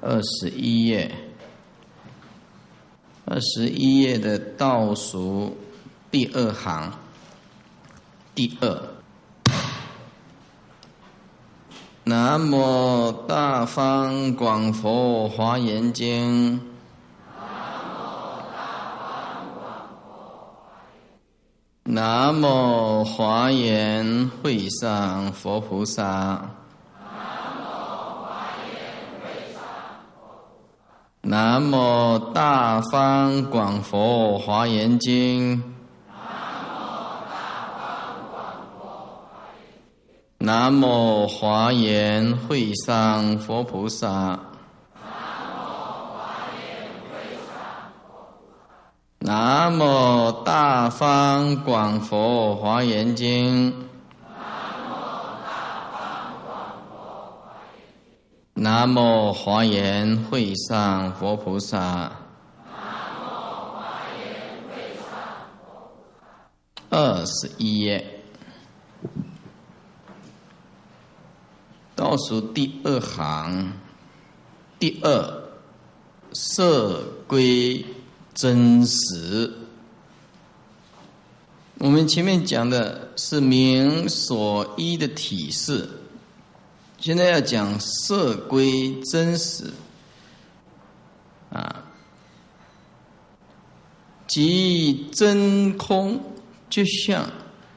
21页的倒数第二行，第二。南无大方广佛华严经。南无华严会上佛菩萨。南无大方广佛华严经。南无华严会上佛菩萨。南无大方广佛华严经。南无华严会上佛菩萨。21页，倒数第二行，第二，色归真实。我们前面讲的是名所依的体式，现在要讲色归真实即真空觉相，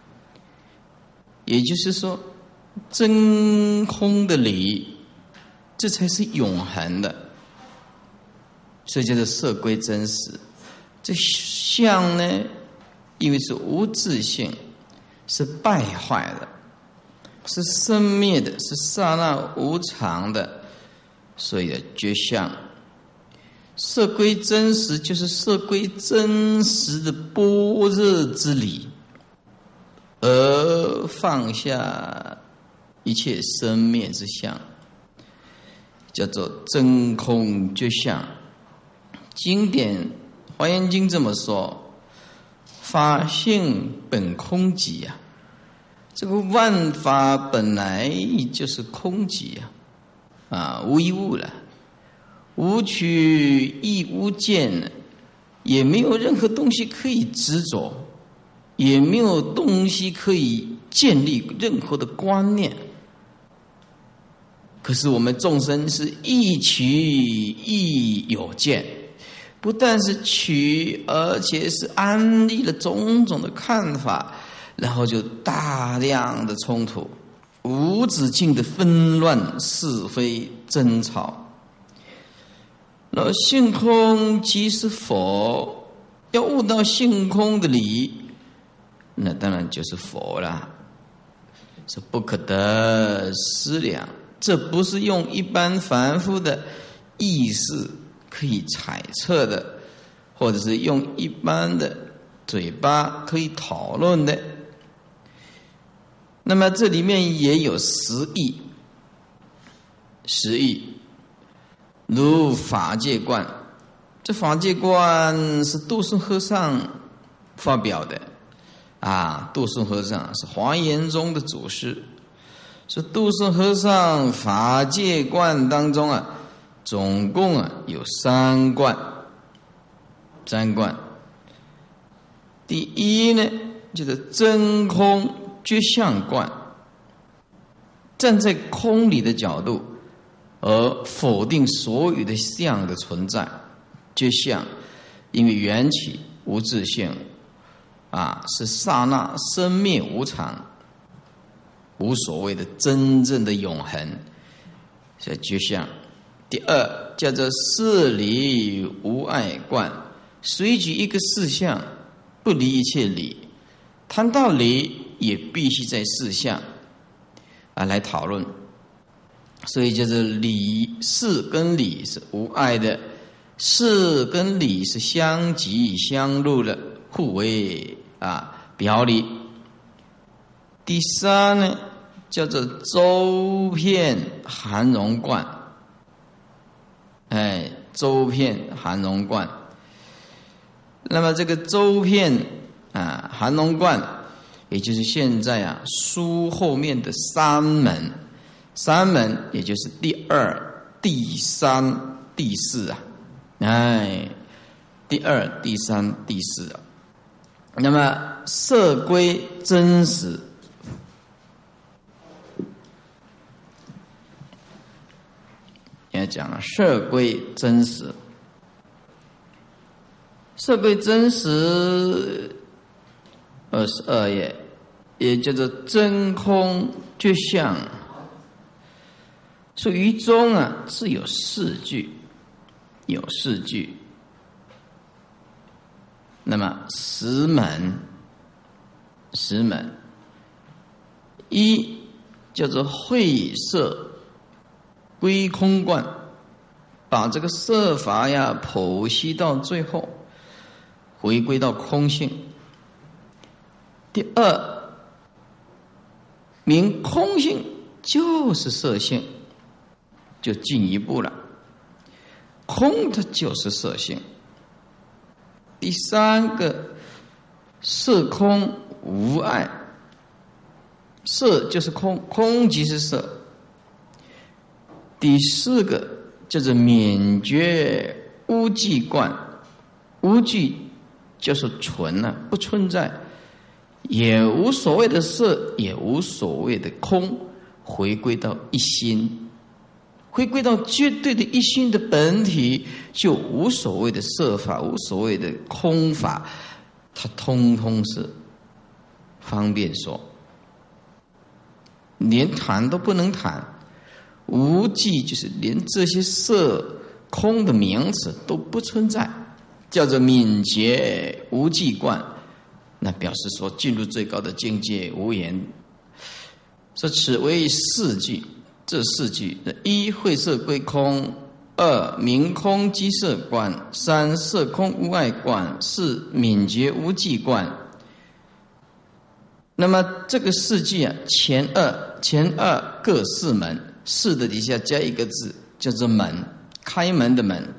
也就是说真空的理，这才是永恒的，所以叫做色归真实。这相呢，因为是无自性，是败坏的，是生灭的，是刹那无常的，所以觉相。色归真实，就是色归真实的般若之理，而放下一切生灭之相，叫做真空觉相。经典《华严经》这么说：法性本空寂啊，这个万法本来就是空寂无一物了，无取亦无见，也没有任何东西可以执着，也没有东西可以建立任何的观念。可是我们众生是亦取亦有见，不但是取，而且是安立了种种的看法，然后就大量的冲突，无止境的纷乱是非争吵。那性空即是佛，要悟到性空的理，那当然就是佛啦，是不可得思量。这不是用一般凡夫的意识可以揣测的，或者是用一般的嘴巴可以讨论的。那么这里面也有实义，如法界观。这法界观是杜顺和尚发表的杜顺和尚是华严宗的祖师，是杜顺和尚法界观当中总共有三观。第一呢，就是真空觉相观，站在空理的角度而否定所有的相的存在。觉相因为缘起无自性是刹那生灭无常，无所谓的真正的永恒，所以觉相。第二叫做事理无碍观，随举一个事相，不离一切理，谈到理也必须在事相来讨论，所以就是理，事跟理是无碍的，事跟理是相即相入的，互为表里。第三呢，叫做周遍含容观。周遍含容观。那么这个周遍含容观，也就是现在书后面的三门，也就是第二、第三第四啊，哎，第二、第三、第四啊。那么色归真实，也讲了色归真实，色归真实22页，也叫做真空觉相。说于中啊是有四句，有四句。那么十门，一叫做会色归空观，把这个色法呀剖析到最后，回归到空性。第二，明空性就是色性，就进一步了，空它就是色性。第三个，色空无碍，色就是空，空即是色。第四个叫做免觉无记观，无记就是纯啊，不存在，也无所谓的色，也无所谓的空，回归到一心，回归到绝对的一心的本体，就无所谓的色法，无所谓的空法，它通通是方便说，连谈都不能谈。无记就是连这些色空的名词都不存在，叫做泯结无记观，那表示说进入最高的境界无言。说此为四句，这四句：一会色归空，二明空即色观，三色空无碍观，四泯结无记观。那么这个四句啊，前二各四门，四的底下加一个字，叫做门，开门的门，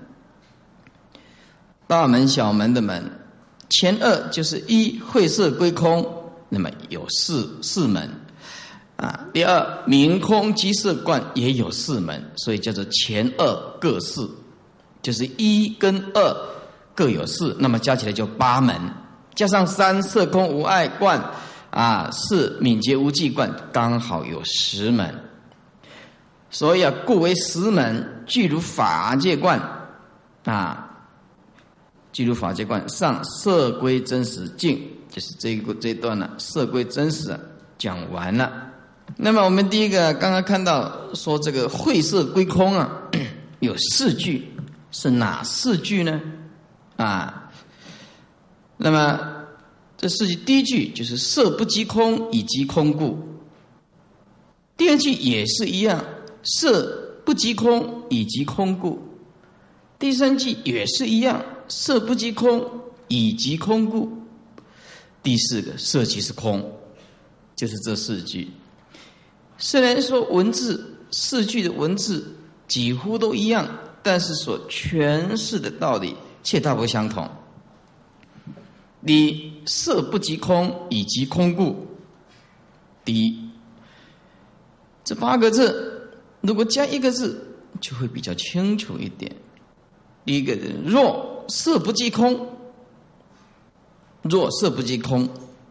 大门小门的门。前二就是一会色归空，那么有四门啊。第二明空即色观也有四门，所以叫做前二各四，就是一跟二各有四，那么加起来就8门，加上三色空无碍观啊，四泯结无记观，刚好有10门。所以啊，故为10门，具如法界观啊，具如法界观。上色归真实境，就是这一段呢，色归真实讲完了。那么我们第一个刚刚看到说这个会色归空啊，有4句，是哪4句呢？啊，那么这4句，第一句就是色不即空，以即空故。第二句也是一样，色不即空，以即空故。第三句也是一样，色不即空，以即空故。第四个，色即是空，就是这4句。虽然说文字4句的文字几乎都一样，但是所诠释的道理却大不相同。第一，色不即空，以即空故。第一，这8个字如果加1个字就会比较清楚一点。第一个，若色不即空，若色不即空，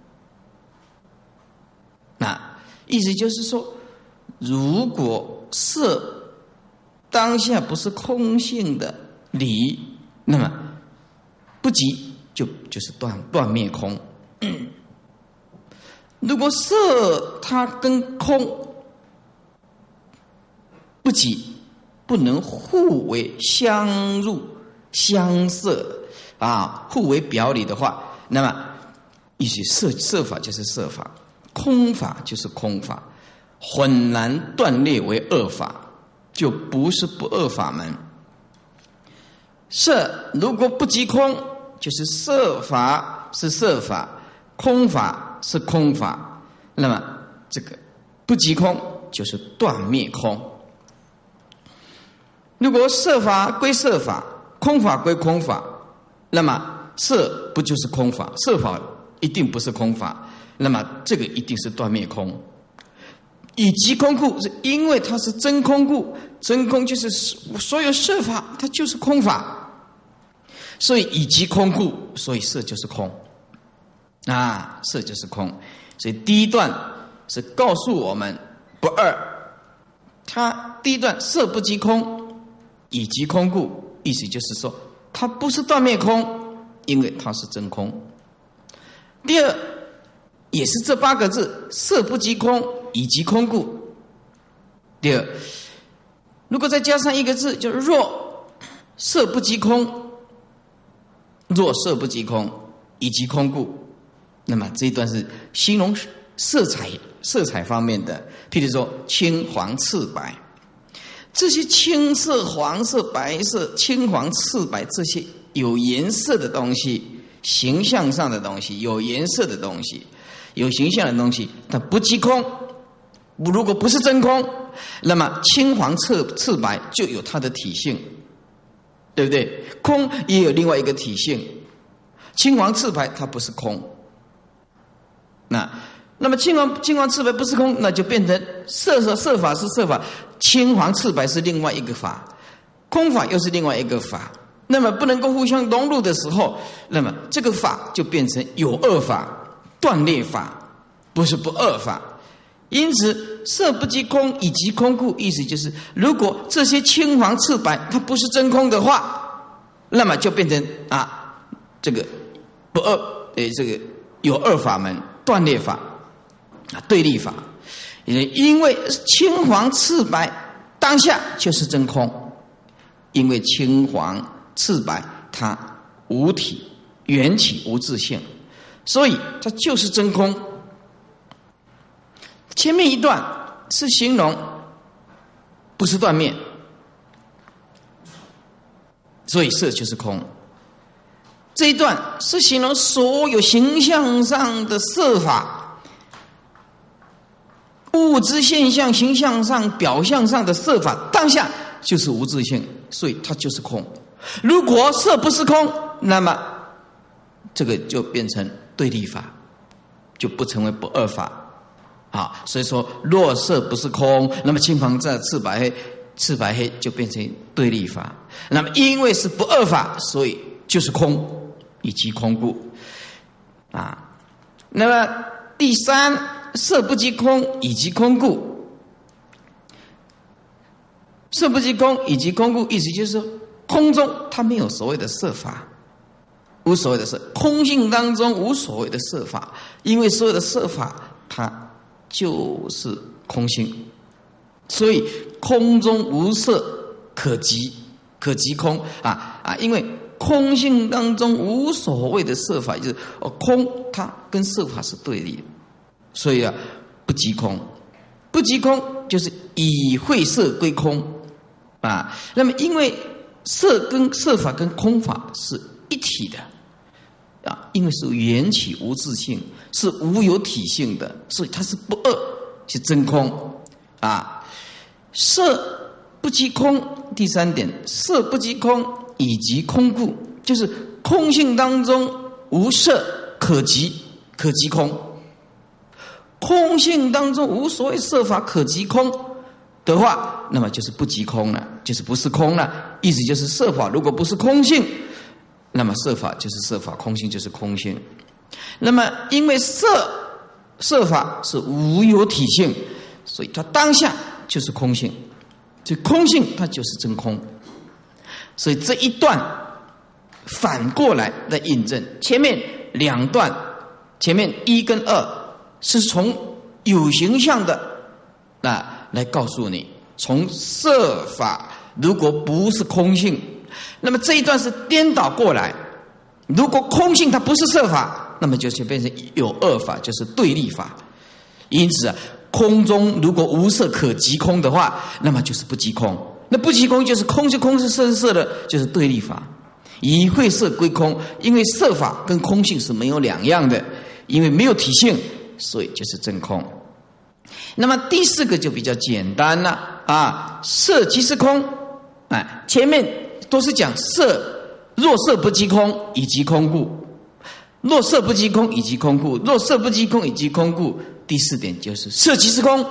那意思就是说，如果色当下不是空性的理，那么不即就是断灭空。如果色它跟空不即，不能互为相入相摄啊，互为表里的话，那么意思色法就是色法，空法就是空法，混然断裂为二法，就不是不二法门。色如果不即空，就是色法是色法，空法是空法，那么这个不即空就是断灭空。如果色法归色法，空法归空法，那么色不就是空法？色法一定不是空法，那么这个一定是断灭空。 以即空故，是因为它是真空故，真空就是所有色法，它就是空法，所以以即空故，所以色就是空啊，色就是空。所以第一段是告诉我们不二，它第一段色不即空，以即空故，意思就是说它不是断灭空，因为它是真空。第二也是这8个字，色不即空，以即空故。第二，如果再加上一个字，就是若色不即空，若色不即空，以即空故。那么这一段是形容色彩方面的，譬如说青黄赤白，这些青色、黄色、白色、青黄赤白这些有颜色的东西，形象上的东西，有颜色的东西，有形象的东西，它不即空。如果不是真空，那么青黄赤白就有它的体性，对不对？空也有另外一个体性，青黄赤白它不是空。那么青黄赤白不是空，那就变成色法是色法，青黄赤白是另外一个法，空法又是另外一个法。那么不能够互相融入的时候，那么这个法就变成有二法、断裂法，不是不二法。因此色不即空，以即空故，意思就是如果这些青黄赤白它不是真空的话，那么就变成这个不二，这个有二法门，断裂法对立法。因为青黄赤白当下就是真空，因为青黄赤白它无体，缘起无自性，所以它就是真空。前面一段是形容不是断灭，所以色就是空。这一段是形容所有形象上的色法，物质现象形象上表象上的色法当下就是无自性，所以它就是空。如果色不是空，那么这个就变成对立法，就不成为不二法。所以说若色不是空，那么青黄赤白黑就变成对立法。那么因为是不二法，所以就是空，以即空故。那么第三，色不即空，以即空故。色不即空，以即空故，意思就是说空中它没有所谓的色法，无所谓的色，空性当中无所谓的色法，因为所有的色法它就是空性，所以空中无色可即空因为空性当中无所谓的色法，就是空它跟色法是对立的，所以不即空。不即空就是以慧色归空那么因为色法跟空法是一体的因为是缘起无自性，是无有体性的，所以它是不二，是真空色不即空。第三点，色不即空，以即空故，就是空性当中无色可即空。空性当中无所谓色法可即空的话，那么就是不即空了，就是不是空了。意思就是色法如果不是空性，那么色法就是色法，空性就是空性。那么因为色法是无有体性，所以它当下就是空性，所以空性它就是真空。所以这一段反过来的印证前面两段，前面1跟2是从有形象的来告诉你，从色法如果不是空性，那么这一段是颠倒过来，如果空性它不是色法，那么就变成有二法，就是对立法。因此空中如果无色可即空的话，那么就是不即空。那不即空就是空是空，是色是色的，就是对立法。以慧色归空，因为色法跟空性是没有两样的，因为没有体性，所以就是真空。那么第4个就比较简单了色即是空前面都是讲色，若色不即空，以即空故。若色不即空，以即空故。若色不即空，以即空故。第4点就是色即是空，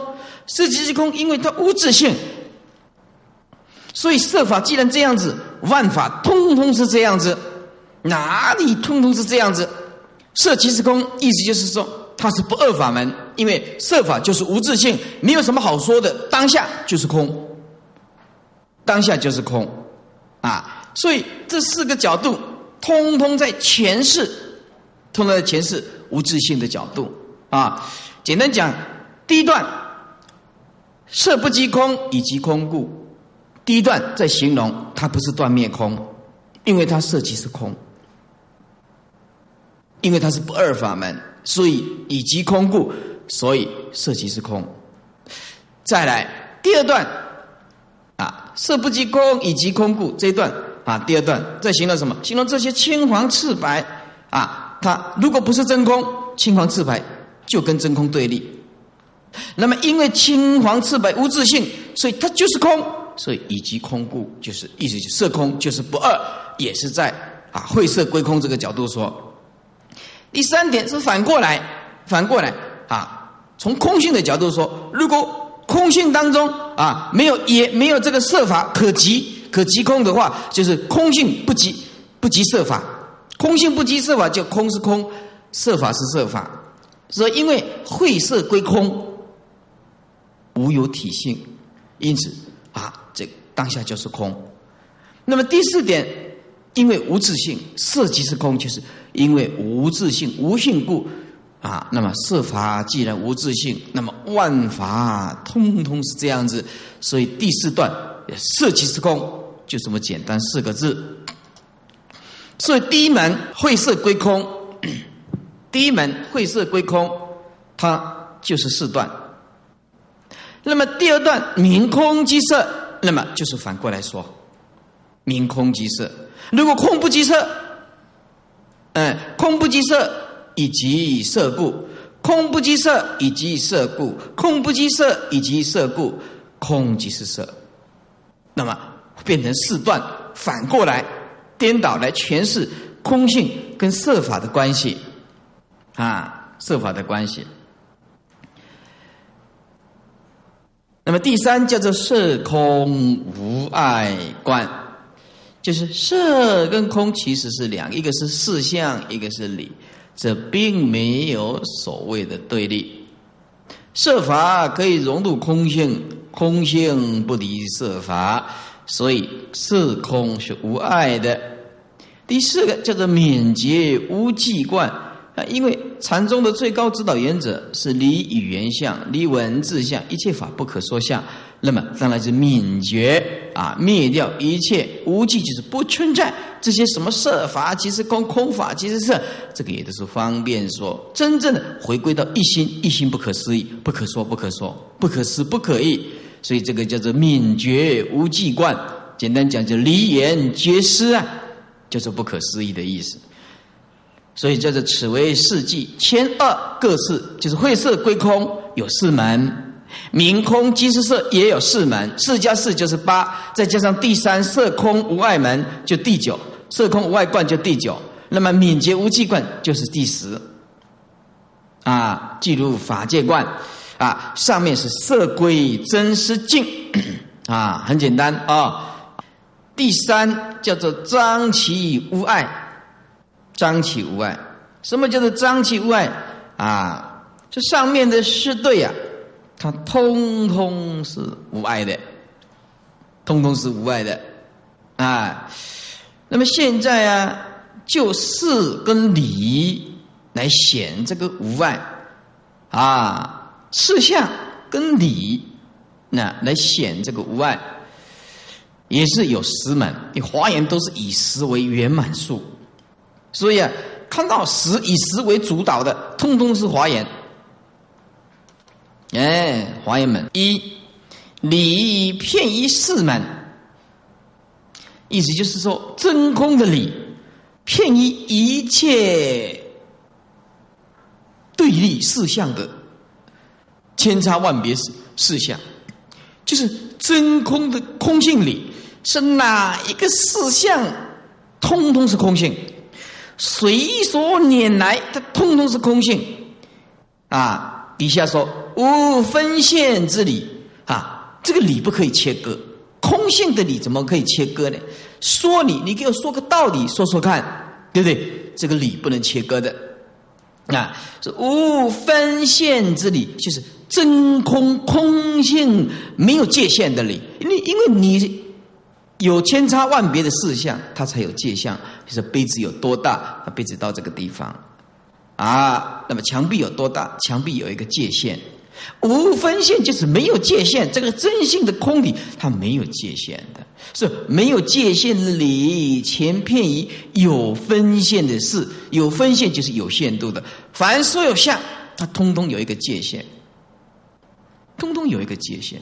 色即是空，因为它无自性，所以色法既然这样子，万法通通是这样子，哪里通通是这样子？色即是空，意思就是说它是不二法门，因为色法就是无自性，没有什么好说的，当下就是空，当下就是空啊！所以这四个角度通通在诠释，通通在诠释无自性的角度啊。简单讲，第一段色不即空，以即空故。第一段在形容它不是断灭空，因为它色即是空，因为它是不二法门，所以以即空故，所以色即是空。再来第二段啊，色不即空，以即空故，这一段啊，第二段在形容什么？形容这些青黄赤白啊，它如果不是真空，青黄赤白就跟真空对立。那么因为青黄赤白无自性，所以它就是空，所以以即空故，就是意思就是色空就是不二，也是在啊慧色归空这个角度说。第三点是反过来啊，从空性的角度说，如果空性当中啊没有这个色法可即空的话，就是空性不即色法，空性不即色法，就空是空，色法是色法。所以因为慧色归空，无有体性，因此啊，这当下就是空。那么第四点，因为无自性，色即是空，就是因为无自性，无性故啊。那么色法既然无自性，那么万法通通是这样子。所以第四段色即是空，就这么简单四个字。所以第一门慧色归空，第一门慧色归空，它就是四段。那么第二段明空即色，那么就是反过来说，明空即色。如果空不即色，空不即色以即色故，空不即色以即色故，空不即色以即色故，空即是色。那么变成四段，反过来颠倒来诠释空性跟色法的关系啊，色法的关系。那么第三叫做色空无碍观，就是色跟空其实是两个，一个是事相，一个是理，这并没有所谓的对立。色法可以融入空性，空性不离色法，所以色空是无碍的。第四个叫做免结无记观，因为禅宗的最高指导原则是离语言相，离文字相，一切法不可说相。那么当然是泯绝啊，灭掉一切无记，就是不存在这些什么色法即是空，空法即是色，这个也都是方便说。真正的回归到一心，一心不可思议，不可说，不可说，不可思，不可议，所以这个叫做泯绝无记观。简单讲，就离言绝思啊，就是不可思议的意思。所以叫做此为四迹，前二各四，就是慧色归空有四门，明空即是色也有四门，四加四就是8，再加上第三色空无碍门就第9，色空无碍观就第9，那么泯结无记观就是第10啊，记入法界观啊，上面是色归真实境啊，很简单啊。第三叫做张其无碍，张其无碍，什么叫做张其无碍啊？这上面的是对啊，它通通是无碍的，通通是无碍的啊。那么现在啊，就事跟理来显这个无碍啊，事相跟理那来显这个无碍，也是有10门。你华严都是以10为圆满数，所以啊，看到10以10为主导的，通通是华严。华严门一理遍于4门，意思就是说真空的理遍于一切对立事项的千差万别事项，就是真空的空性理是哪一个事项通通是空性，随所拈来它通通是空性啊。 底下说无分现之理啊，这个理不可以切割，空性的理怎么可以切割呢？说你给我说个道理说说看，对不对？这个理不能切割的啊，是无分现之理，就是真空空性没有界限的理。因为你有千差万别的事项，它才有界限。就是杯子有多大，它杯子到这个地方啊，那么墙壁有多大，墙壁有一个界限。无分现就是没有界限，这个真性的空理它没有界限的，是没有界限的理，前片于有分现的事。有分现就是有限度的，凡所有相它通通有一个界限，通通有一个界限。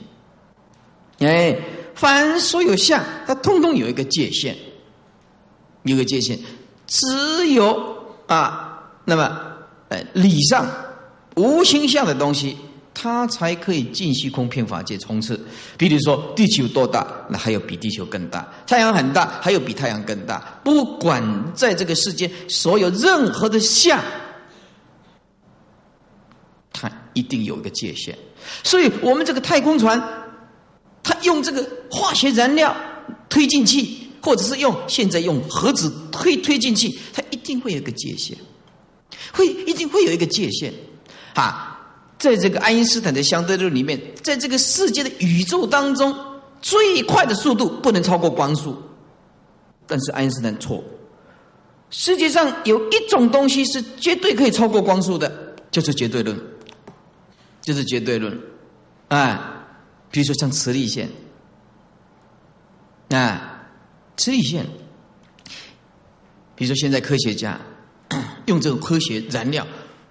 凡所有相它通通有一个界限，有一个界限。只有那么理上无形象的东西，它才可以尽虚空遍法界充斥。比如说地球多大，那还有比地球更大；太阳很大，还有比太阳更大。不管在这个世间所有任何的相，它一定有一个界限。所以我们这个太空船，它用这个化学燃料推进器，或者是现在用核子推进器，它一定会有一个界限，一定会有一个界限在这个爱因斯坦的相对论里面，在这个世界的宇宙当中，最快的速度不能超过光速。但是爱因斯坦错，世界上有一种东西是绝对可以超过光速的，就是绝对论，就是绝对论。比如说像磁力线磁力线，比如说现在科学家用这个科学燃料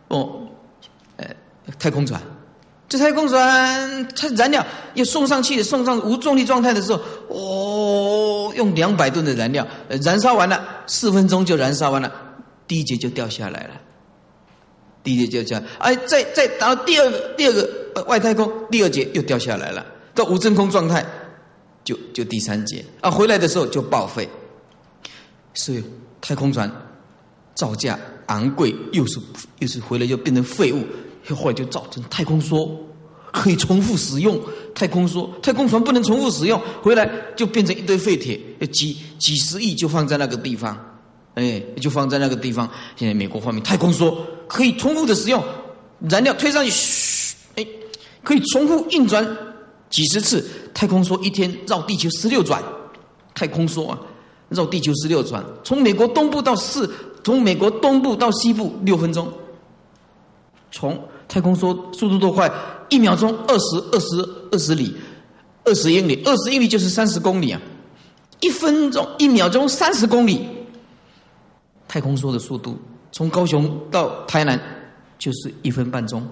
太空船，这太空船它燃料要送上去，送上无重力状态的时候，用200吨的燃料，燃烧完了4分钟就燃烧完了，第一节就掉下来了，第一节就掉下来，再达到第二个外太空，第2节又掉下来了，到无真空状态就第3节回来的时候就报废。所以太空船造价昂贵，又是回来又变成废物，后来就造成太空梭可以重复使用。太空船不能重复使用，回来就变成一堆废铁，几十亿就放在那个地方，就放在那个地方。现在美国方面，太空梭可以重复的使用，燃料推上去，可以重复运转几十次。太空梭一天绕地球16转，太空梭绕地球16转，从美国东部到西部6分钟。从太空梭速度多快，1秒钟20里，20英里，20英里就是30公里1秒钟30公里。太空梭的速度从高雄到台南就是1分半钟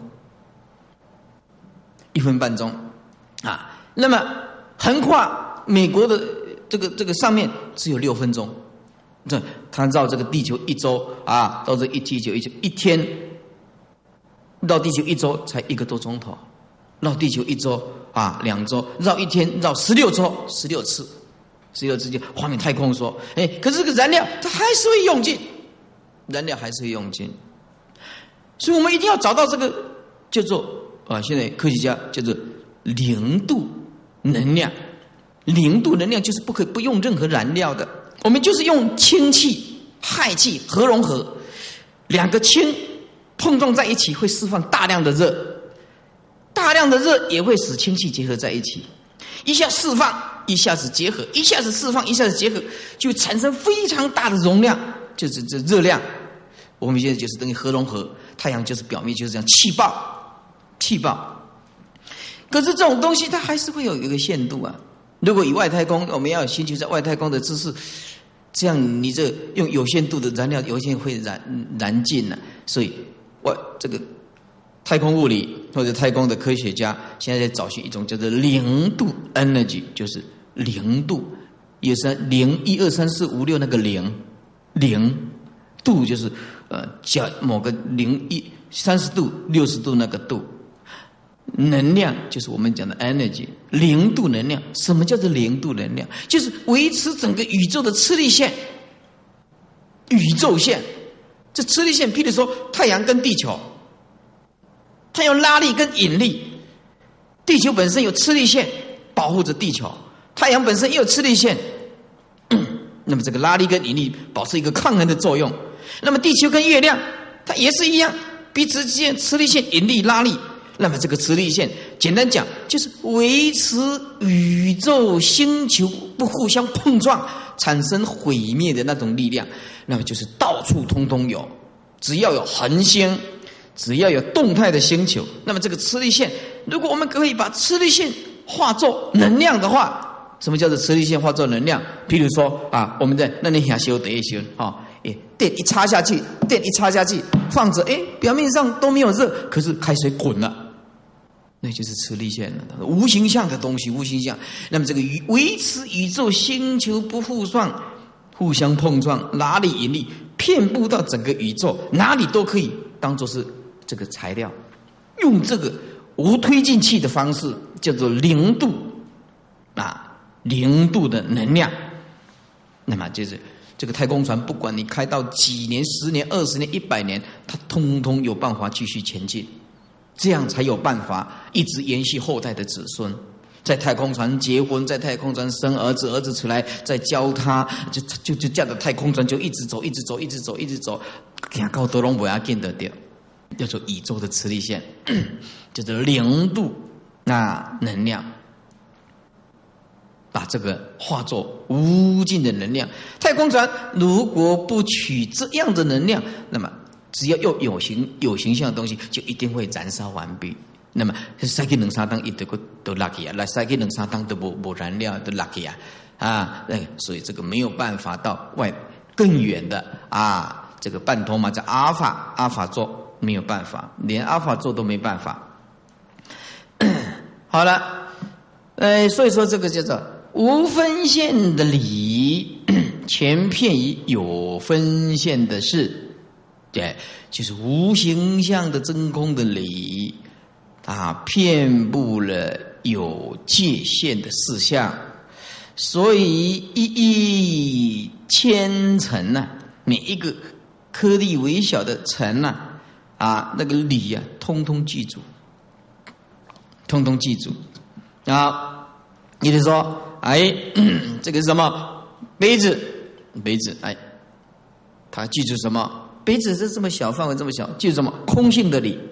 ，1分半钟那么横跨美国的这个上面只有6分钟。它绕这个地球1周到这地球一天绕地球1周才1个多钟头，绕地球1周2周，绕一天绕16周16次就画面太空梭。可是这个燃料它还是会用尽，所以我们一定要找到这个叫做现在科学家叫做0度能量。0度能量就是不用任何燃料的，我们就是用氢气、氦气核融合，2个氢碰撞在一起会释放大量的热，大量的热也会使氢气结合在一起，一下释放，一下子结合，一下子释放，一下子结合，就产生非常大的容量，就是这热量。我们现在就是等于核融合，太阳就是表面就是这样气爆。可是这种东西它还是会有一个限度如果以外太空，我们要有星球在外太空的知识，这样你这用有限度的燃料，有一天会燃尽了。所以这个太空物理或者太空的科学家现在在找寻一种叫做0度 energy， 就是0度1 2 3 4 5 6那个0度就是加某个30度60度那个度。能量就是我们讲的 energy， 0度能量。什么叫做0度能量？就是维持整个宇宙的磁力线，宇宙线。这磁力线，譬如说太阳跟地球， 它有拉力跟引力。地球本身有磁力线保护着地球，太阳本身也有磁力线，那么这个拉力跟引力保持一个抗衡的作用。那么地球跟月亮它也是一样，彼此之间磁力线、引力、拉力。那么这个磁力线简单讲就是维持宇宙星球不互相碰撞产生毁灭的那种力量。那么就是到处通通有，只要有恒星，只要有动态的星球，那么这个磁力线，如果我们可以把磁力线化作能量的话，什么叫做磁力线化作能量？譬如说啊，我们在那里想修得一修啊，电一插下去，放着，表面上都没有热，可是开水滚了。那就是磁力线了，无形象的东西，无形象。那么这个维持宇宙星球不互相碰撞，拉力引力遍布到整个宇宙，哪里都可以当作是这个材料，用这个无推进器的方式，叫做0度0度的能量。那么就是这个太空船，不管你开到几年、10年、20年、100年，它通通有办法继续前进。这样才有办法一直延续后代的子孙，在太空船结婚，在太空船生儿子，儿子出来再教他，就驾着太空船就一直走，行到都拢不要见得掉，叫做宇宙的磁力线，叫做0度能量，把这个化作无尽的能量。太空船如果不取这样的能量，那么只要有形象的东西，就一定会燃烧完毕。那么塞去2、3档，一都落去啊！来塞去2、3档都无燃料，都落去啊！所以这个没有办法到外更远的这个半托马叫阿尔法座没有办法，连阿尔法座都没办法。好了，所以说这个叫做无分线的理，全遍于有分线的事。对，就是无形象的真空的理遍布了有界限的事项，所以一一千层每一个颗粒微小的层那个理通通记住，你就说这个是什么杯子，他记住什么？杯子是这么小，范围这么小，记住什么？空性的理。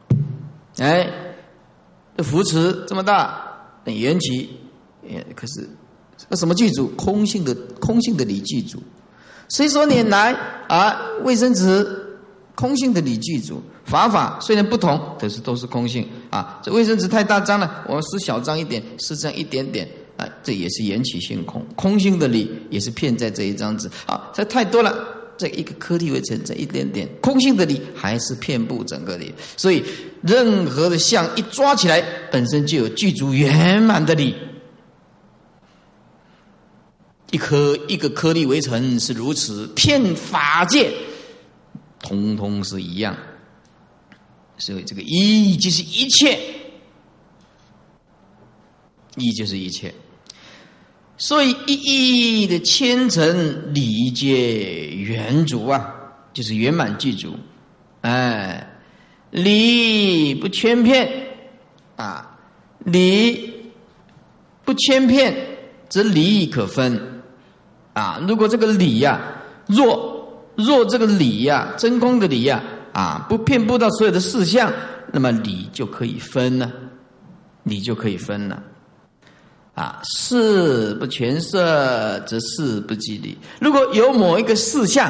这扶持这么大，缘起，可是什么记住？空性的理记住。随手拈来卫生纸，空性的理记住。法虽然不同，可是都是空性这卫生纸太大张了，我们撕小张一点，撕这样一点点这也是缘起性空。空性的理也是骗在这一张纸这太多了。这一个颗粒为成，这一点点空性的理还是遍布整个理，所以任何的相一抓起来，本身就有具足圆满的理。一个颗粒为成是如此，遍法界通通是一样。所以这个一就是一切，一就是一切。所以一一的千层理界圆足就是圆满具足。理不圈骗理不圈骗，则理可分如果这个理若这个理真空的理不遍布到所有的事项，那么理就可以分了，事不全摄，则事不即理。如果有某一个事项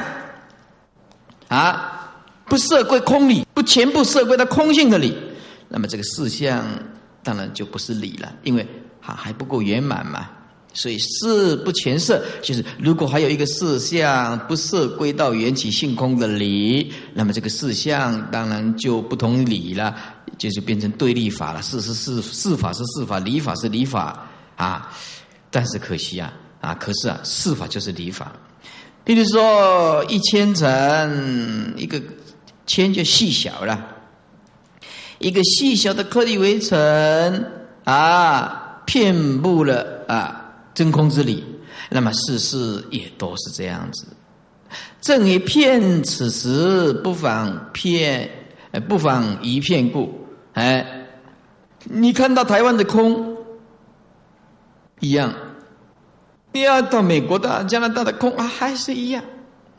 不摄归空理，不全部摄归到空性的理，那么这个事项当然就不是理了，因为还不够圆满嘛。所以事不全摄，就是如果还有一个事项不摄归到缘起性空的理，那么这个事项当然就不同理了，就是变成对立法了。事法是事法，理法是理法但是可惜可是事法就是理法。比如说1000层，一个千就细小了，一个细小的颗粒微尘遍布了真空之理，那么事也都是这样子。正以骗此时不妨一片故哎，你看到台湾的空一样，你要到美国的、加拿大的空还是一样，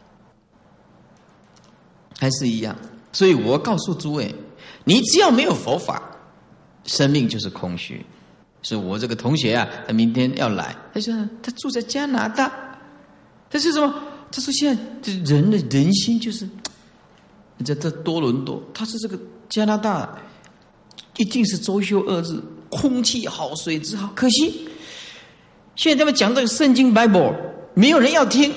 还是一样。所以我告诉诸位，你只要没有佛法，生命就是空虚。所以我这个同学啊，他明天要来，他说他住在加拿大，他说什么？他说现在这人的人心就是这多伦多，他是这个加拿大，一定是周休2日，空气好，水质好。可惜现在他们讲这个圣经 Bible， 没有人要听，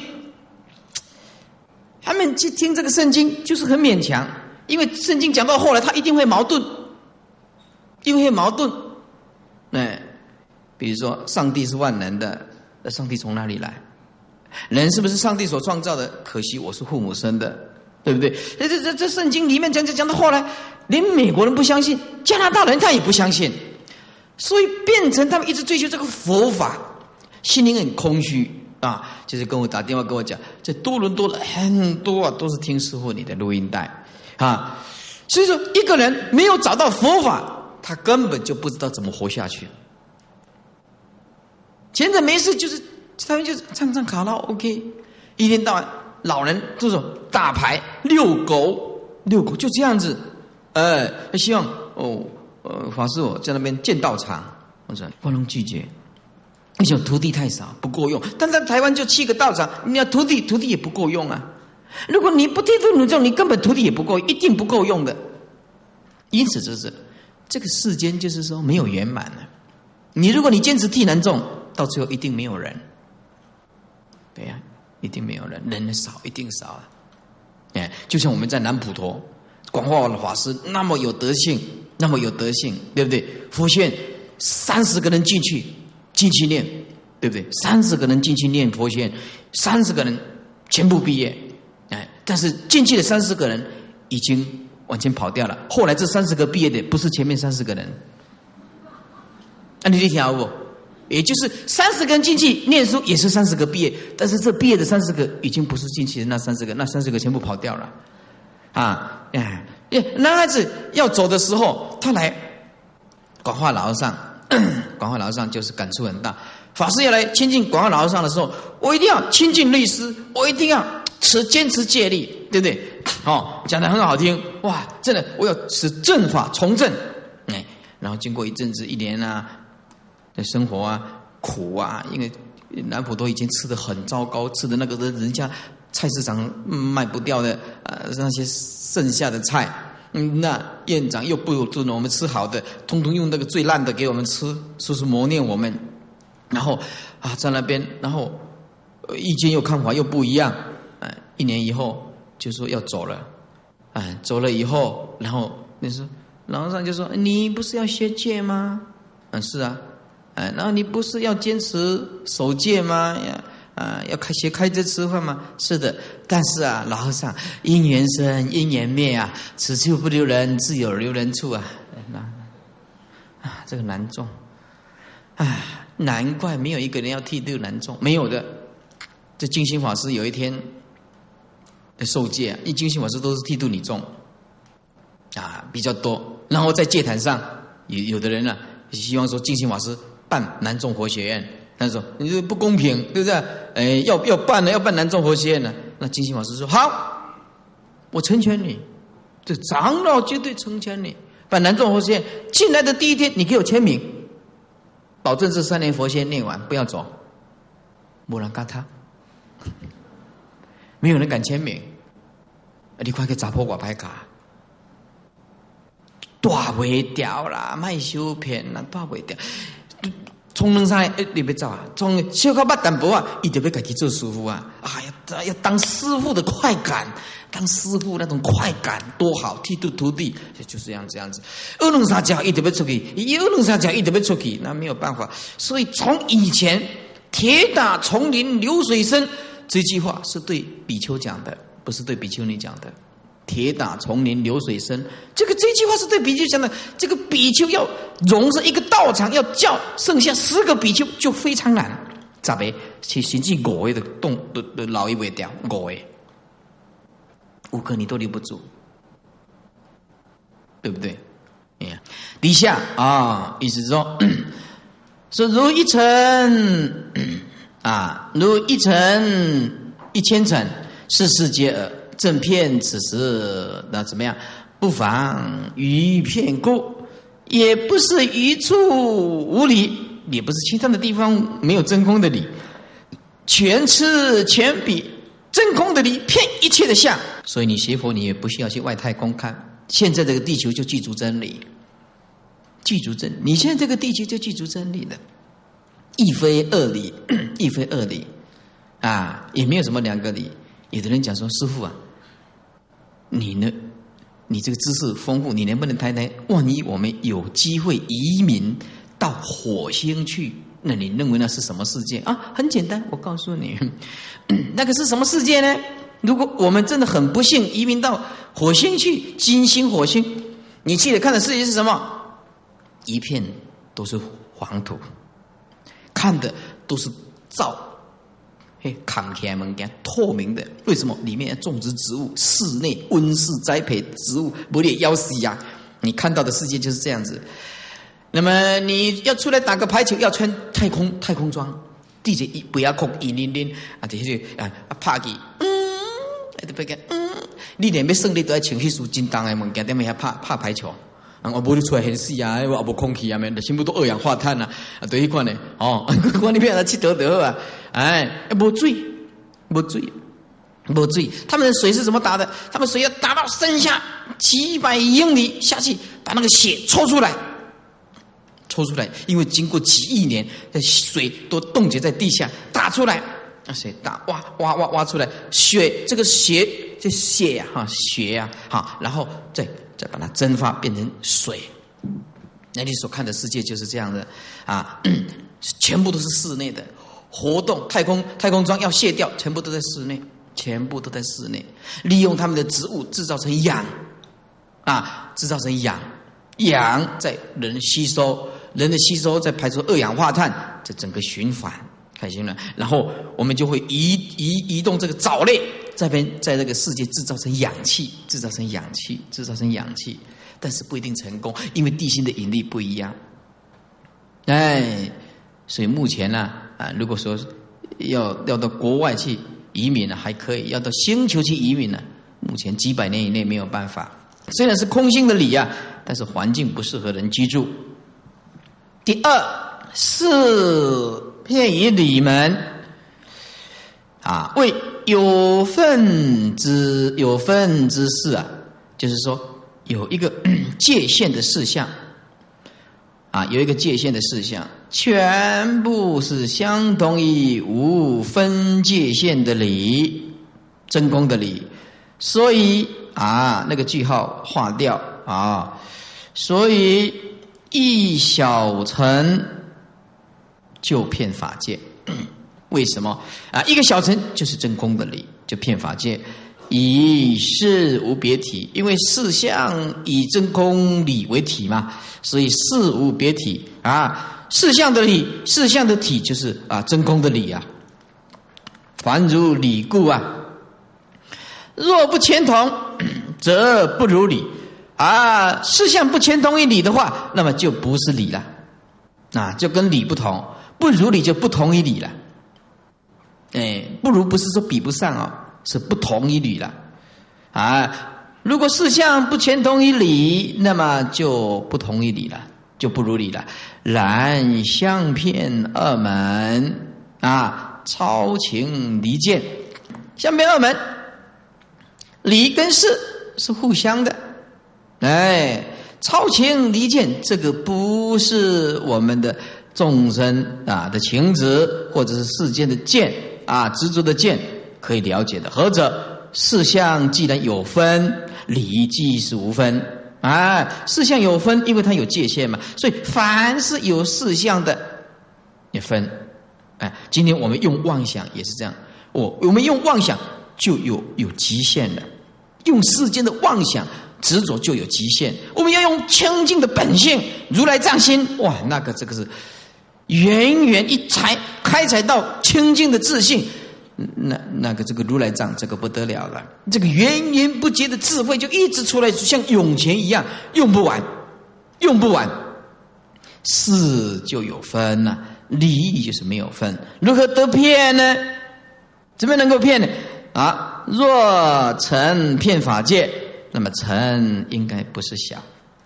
他们去听这个圣经就是很勉强，因为圣经讲到后来，他一定会矛盾，一定会矛盾。哎，比如说上帝是万能的，那上帝从哪里来？人是不是上帝所创造的？可惜我是父母生的，对不对？这圣经里面讲到后来，连美国人不相信，加拿大人他也不相信，所以变成他们一直追求这个佛法，心灵很空虚啊。就是跟我打电话跟我讲，在多伦多很多啊，都是听师父你的录音带啊。所以说，一个人没有找到佛法，他根本就不知道怎么活下去。闲着没事就是他们就是唱卡拉 OK， 一天到晚老人这种打牌、遛狗就这样子。希望法师我在那边建道场，我说不能拒绝，你想徒弟太少不够用，但在台湾就7个道场，你要徒弟也不够用啊。如果你不剃度女众，你根本徒弟也不够，一定不够用的。因此就是这个世间就是说没有圆满了。如果你坚持剃男众，到最后一定没有人。对呀，一定没有人，人少一定少啊。就像我们在南普陀广化的法师那么有德性，对不对？佛学院30个人进去念，对不对？30个人进去念佛学院，30个人全部毕业。但是进去的30个人已经完全跑掉了。后来这30个毕业的不是前面30个人，你听好不？也就是30个人进去念书，也是30个毕业，但是这毕业的30个已经不是进去的那30个，那30个全部跑掉了。男孩子要走的时候，他来广化老和尚，广化老和尚就是感触很大。法师要来亲近广化老和尚的时候，我一定要亲近律师，我一定要坚持戒律，对不对？讲得很好听，哇，真的，我要持正法从政。然后经过一阵子1年啊的生活啊苦啊，因为南普陀以前吃的很糟糕，吃的那个人家菜市场卖不掉的那些剩下的菜，那院长又不准我们吃好的，通通用那个最烂的给我们吃，说是磨练我们。然后在那边，然后意见又看法又不一样，1年以后就说要走了，走了以后，然后那时候老和尚就说：“你不是要学戒吗？”是啊。然后你不是要坚持守戒吗？要学开斋吃饭吗？是的。但是老和尚，因缘生，因缘灭啊，此处不留人，自有留人处啊。这个难众难怪没有一个人要剃度男众，没有的。这净心法师有一天受戒，因为净心法师都是剃度女众比较多。然后在戒坛上，有的人希望说净心法师办男众佛学院，他说你这不公平，对不对？要办男众佛学院呢。那净心法师说好，我成全你，这长老绝对成全你。办男众佛学院进来的第一天，你给我签名，保证这3年佛学院念完不要走。没人敢他，没有人敢签名。你快去查破我牌卡，大袂掉啦，卖修骗啦，大袂掉。从两三年你别走从小可捌淡薄他就要自己做师傅要当师傅的快感，当师傅那种快感多好，剃度徒弟就是这样子。二龙三脚一直要出去，那没有办法。所以从以前铁打丛林流水深这句话是对比丘讲的，不是对比丘尼讲的。铁打丛林流水深，这句话是对比丘讲的。这个比丘要融入一个道场，要叫剩下10个比丘就非常难。10个去甚至5个都留伊袂掉，5个你都留不住，对不对？ 底下啊，意思是说，说如一尘啊，如一尘1000尘，世事皆尔。正片此时，那怎么样？不妨于片故，也不是于处无理，也不是其他的地方没有真空的理，全持全比真空的理，骗一切的相。所以你学佛，你也不需要去外太空看，现在这个地球就记住真理，记住真理。你现在这个地球就记住真理的，亦非二理，亦非二理啊，也没有什么2个理。有的人讲说，师父啊，你呢？你这个知识丰富，你能不能谈谈？万一我们有机会移民到火星去，那你认为那是什么世界啊？很简单，我告诉你，那个是什么世界呢？如果我们真的很不幸移民到火星去，金星、火星，你去了看的世界是什么？一片都是黄土，看的都是灶。扛起来门间透明的，为什么？里面种植植物，室内温室栽培植物，不也要死呀？你看到的世界就是这样子。那么你要出来打个排球，要穿太空装，地铁不要空100啊，这些拍去，你连要胜利都要穿迄束真重的物件，踮遐拍排球。我无你出来很死啊，我无空气啊，面全部都二氧化碳啊，对迄款的哦，我那边来佚佗就好啊，无水，他们的水是怎么打的？他们水要打到深下几百英里下去，把那个血抽出来，因为经过几亿年，水都冻结在地下，打出来，水打挖出来，血这个血这血呀血呀好，然后再把它蒸发变成水。那你所看的世界就是这样的啊，全部都是室内的活动，太空装要卸掉，全部都在室内，利用他们的植物制造成氧啊，氧在人吸收，人的吸收再排出二氧化碳，这整个循环开心了。然后我们就会移动这个藻类，在这个世界制造成氧气，但是不一定成功，因为地心的引力不一样。所以目前呢如果说要到国外去移民呢还可以，要到星球去移民呢，目前几百年以内没有办法。虽然是空性的理啊，但是环境不适合人居住。第二，是片于理门啊，为有分之事啊，就是说有一个界限的事项啊，全部是相同于无分界限的理，真空的理。所以那个句号划掉啊，所以一小尘就骗法界。为什么一个小尘就是真空的理，就骗法界。以事无别体，因为事相以真空理为体嘛，所以事无别体啊。事相的理，事相的体就是真空的理啊。凡如理故啊，若不牵同，则不如理啊。事相不牵同于理的话，那么就不是理了啊，就跟理不同，不如理就不同于理了。不如不是说比不上哦，是不同于理了啊。如果事相不牵同于理，那么就不同于理了，就不如理了。然相片二门啊，超情离见。相片二门，理跟事是互相的，超情离见，这个不是我们的众生的情执，或者是世间的见执着的见可以了解的。何者？事相既然有分，理即是无分事相有分，因为它有界限嘛，所以凡是有事相的也分。今天我们用妄想也是这样，我们用妄想就有极限了，用世间的妄想执着就有极限。我们要用清净的本性，如来藏心，哇，这个是远远一开采到清净的自信，这个如来藏这个不得了了，这个源源不竭的智慧就一直出来，像涌泉一样用不完用不完。事就有分了，理义就是没有分。如何得骗呢？怎么能够骗呢？若尘骗法界，那么尘应该不是小。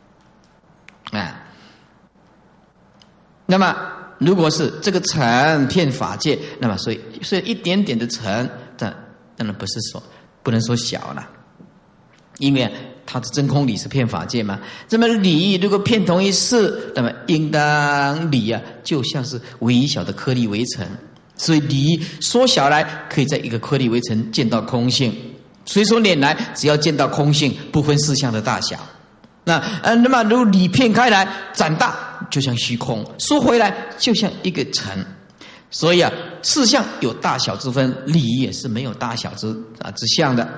那么如果是这个尘骗法界，那么所以一点点的尘，当然不能说小了，因为它的真空理是骗法界嘛。这么理如果骗同一事，那么应当理就像是微小的颗粒微尘，所以理缩小来可以在一个颗粒微尘见到空性，随手拈来只要见到空性，不分事项的大小。那么如果理片开来展大，就像虚空，缩回来就像一个尘。所以事项有大小之分，理也是没有大小之相的。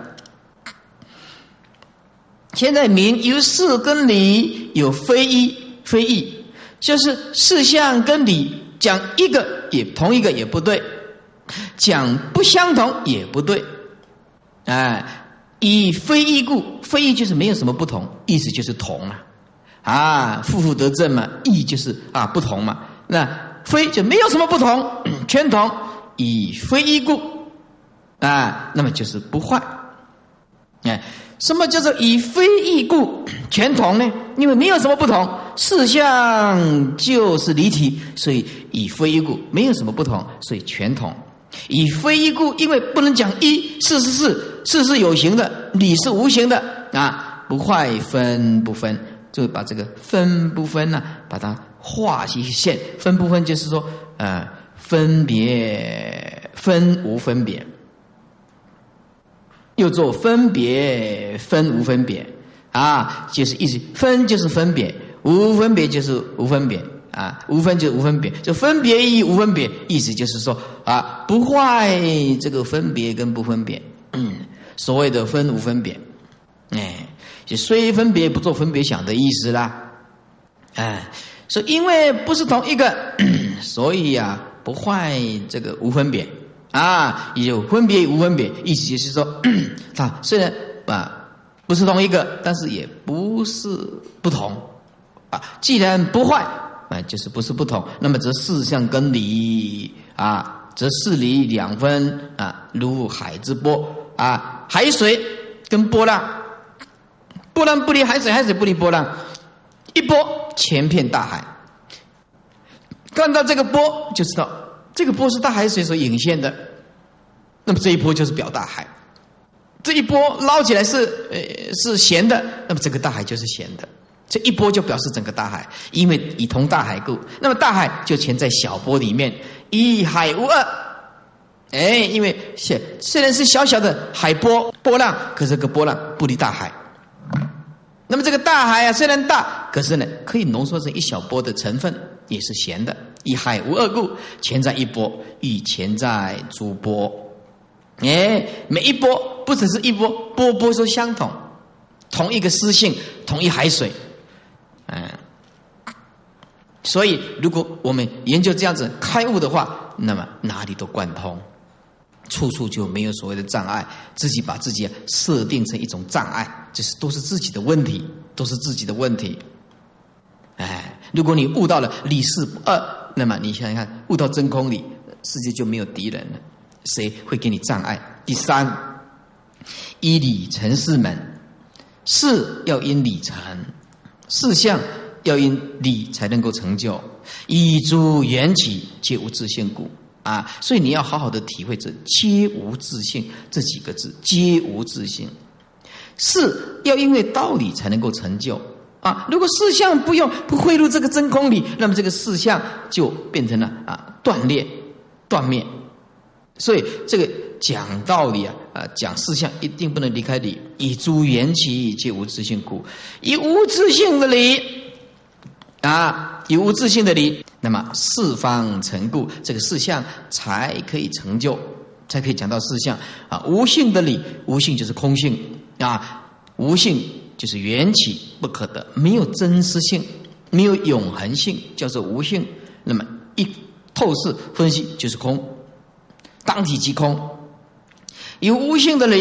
现在明由事跟理有非一非异，就是事项跟理讲一个也同一个也不对，讲不相同也不对。以非异故，非异就是没有什么不同，意思就是同负负得正嘛，异就是不同嘛。那非就没有什么不同，全同。以非异故那么就是不坏。什么叫做以非异故全同呢？因为没有什么不同，事项就是离体，所以以非异故没有什么不同，所以全同。以非异故，因为不能讲一，事是有形的，理是无形的不坏分不分，就把这个分不分把它画一线。分不分就是说分别分无分别，又做分别分无分别就是意思，分就是分别，无分别就是无分别无分就是无分别，就分别异无分别，意思就是说不坏这个分别跟不分别。所谓的分无分别，就虽分别不做分别想的意思啦。所以因为不是同一个，所以不坏这个无分别有分别无分别，意思就是说它虽然不是同一个，但是也不是不同既然不坏就是不是不同，那么则事项跟理则事理两分如海之波海水跟波浪，波浪不离海水，海水不离波浪，一波全片大海。看到这个波就知道这个波是大海水所引现的，那么这一波就是表大海。这一波捞起来是咸的，那么这个大海就是咸的。这一波就表示整个大海，因为以同大海故，那么大海就潜在小波里面，一海无二。因为虽然是小小的海波浪，可是这个波浪不离大海。那么这个大海虽然大，可是呢可以浓缩成一小波的成分，也是咸的。一海无二故，潜在一波，亦潜在诸波。每一波不只是一波，波波都相同，同一个思性，同一海水。所以如果我们研究这样子开悟的话，那么哪里都贯通，处处就没有所谓的障碍。自己把自己设定成一种障碍，都是自己的问题，都是自己的问题。如果你悟到了理事不二，那么你想想看，悟到真空理，世界就没有敌人了，谁会给你障碍？第三，依理成事门，事要因理成，事项要因理才能够成就，以诸缘起，皆无自性故所以你要好好的体会这皆无自性这几个字，皆无自性。事要因为道理才能够成就如果事项不汇入这个真空理，那么这个事项就变成了断裂断灭。所以这个讲道理讲事项一定不能离开理，以诸缘起，皆无自性故，以无自性的理以无自性的理，那么事方成故，这个事项才可以成就，才可以讲到事项无性的理，无性就是空性无性就是缘起不可得，没有真实性，没有永恒性，叫做无性。那么一透视分析就是空，当体即空。以无性的理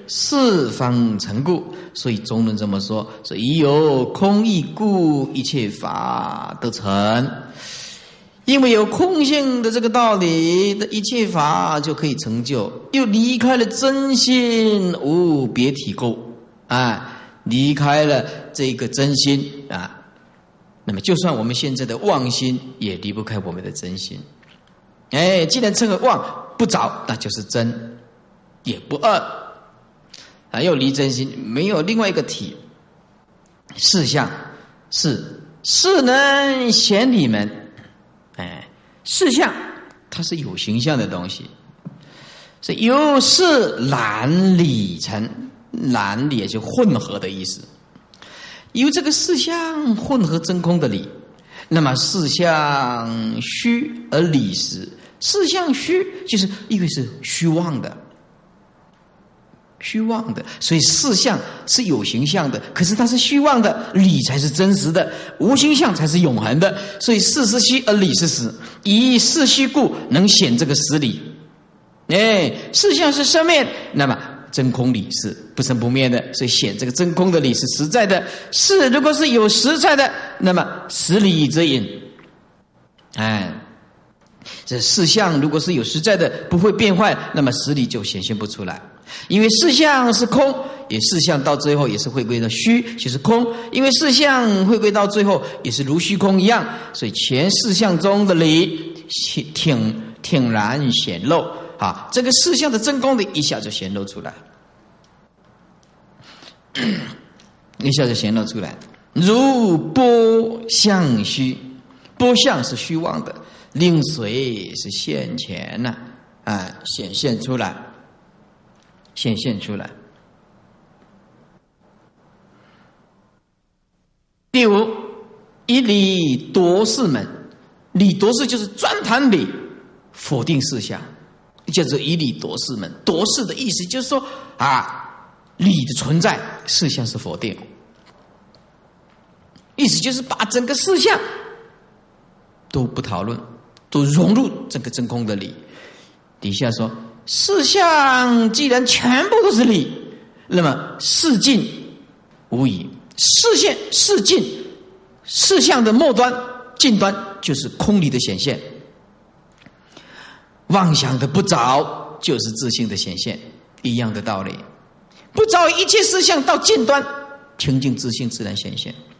四方成故。所以中论这么说：说以有空义故，一切法得成。因为有空性的这个道理的一切法就可以成就，又离开了真心无别体垢啊，离开了这个真心啊，那么就算我们现在的妄心也离不开我们的真心。哎，既然称为妄不着，那就是真，也不二啊，又离真心，没有另外一个体。事相是势能显理门。哎，事相它是有形象的东西，是由事染理成，染理也就混合的意思。由这个事相混合真空的理，那么事相虚而理实。事相虚就是因为是虚妄的，虚妄的，所以事相是有形象的，可是它是虚妄的，理才是真实的，无形象才是永恒的。所以事是虚而理是实，以事虚故能显这个实理。哎，事相是生灭，那么真空理是不生不灭的，所以显这个真空的理是实在的。事如果是有实在的，那么实理则隐。哎，这事相如果是有实在的，不会变坏，那么实理就显现不出来。因为事相是空，也事相到最后也是回归到虚，就是空。因为事相回归到最后也是如虚空一样，所以前事相中的理挺然显露啊，这个事相的真空的一下就显露出来，一下就显露出来。如波相虚，波相是虚妄的，令水是现前呐，显现出来。显现出来。第五，以理夺事门。理夺事就是专谈理，否定事相，叫做以理夺事门。夺事的意思就是说理的存在，事相是否定，意思就是把整个事相都不讨论，都融入这个真空的理。底下说，事相既然全部都是理，那么事尽无疑。事尽，事相的末端、尽端就是空理的显现。妄想的不着就是自性的显现，一样的道理。不着一切事相到尽端，清净自性自然显现。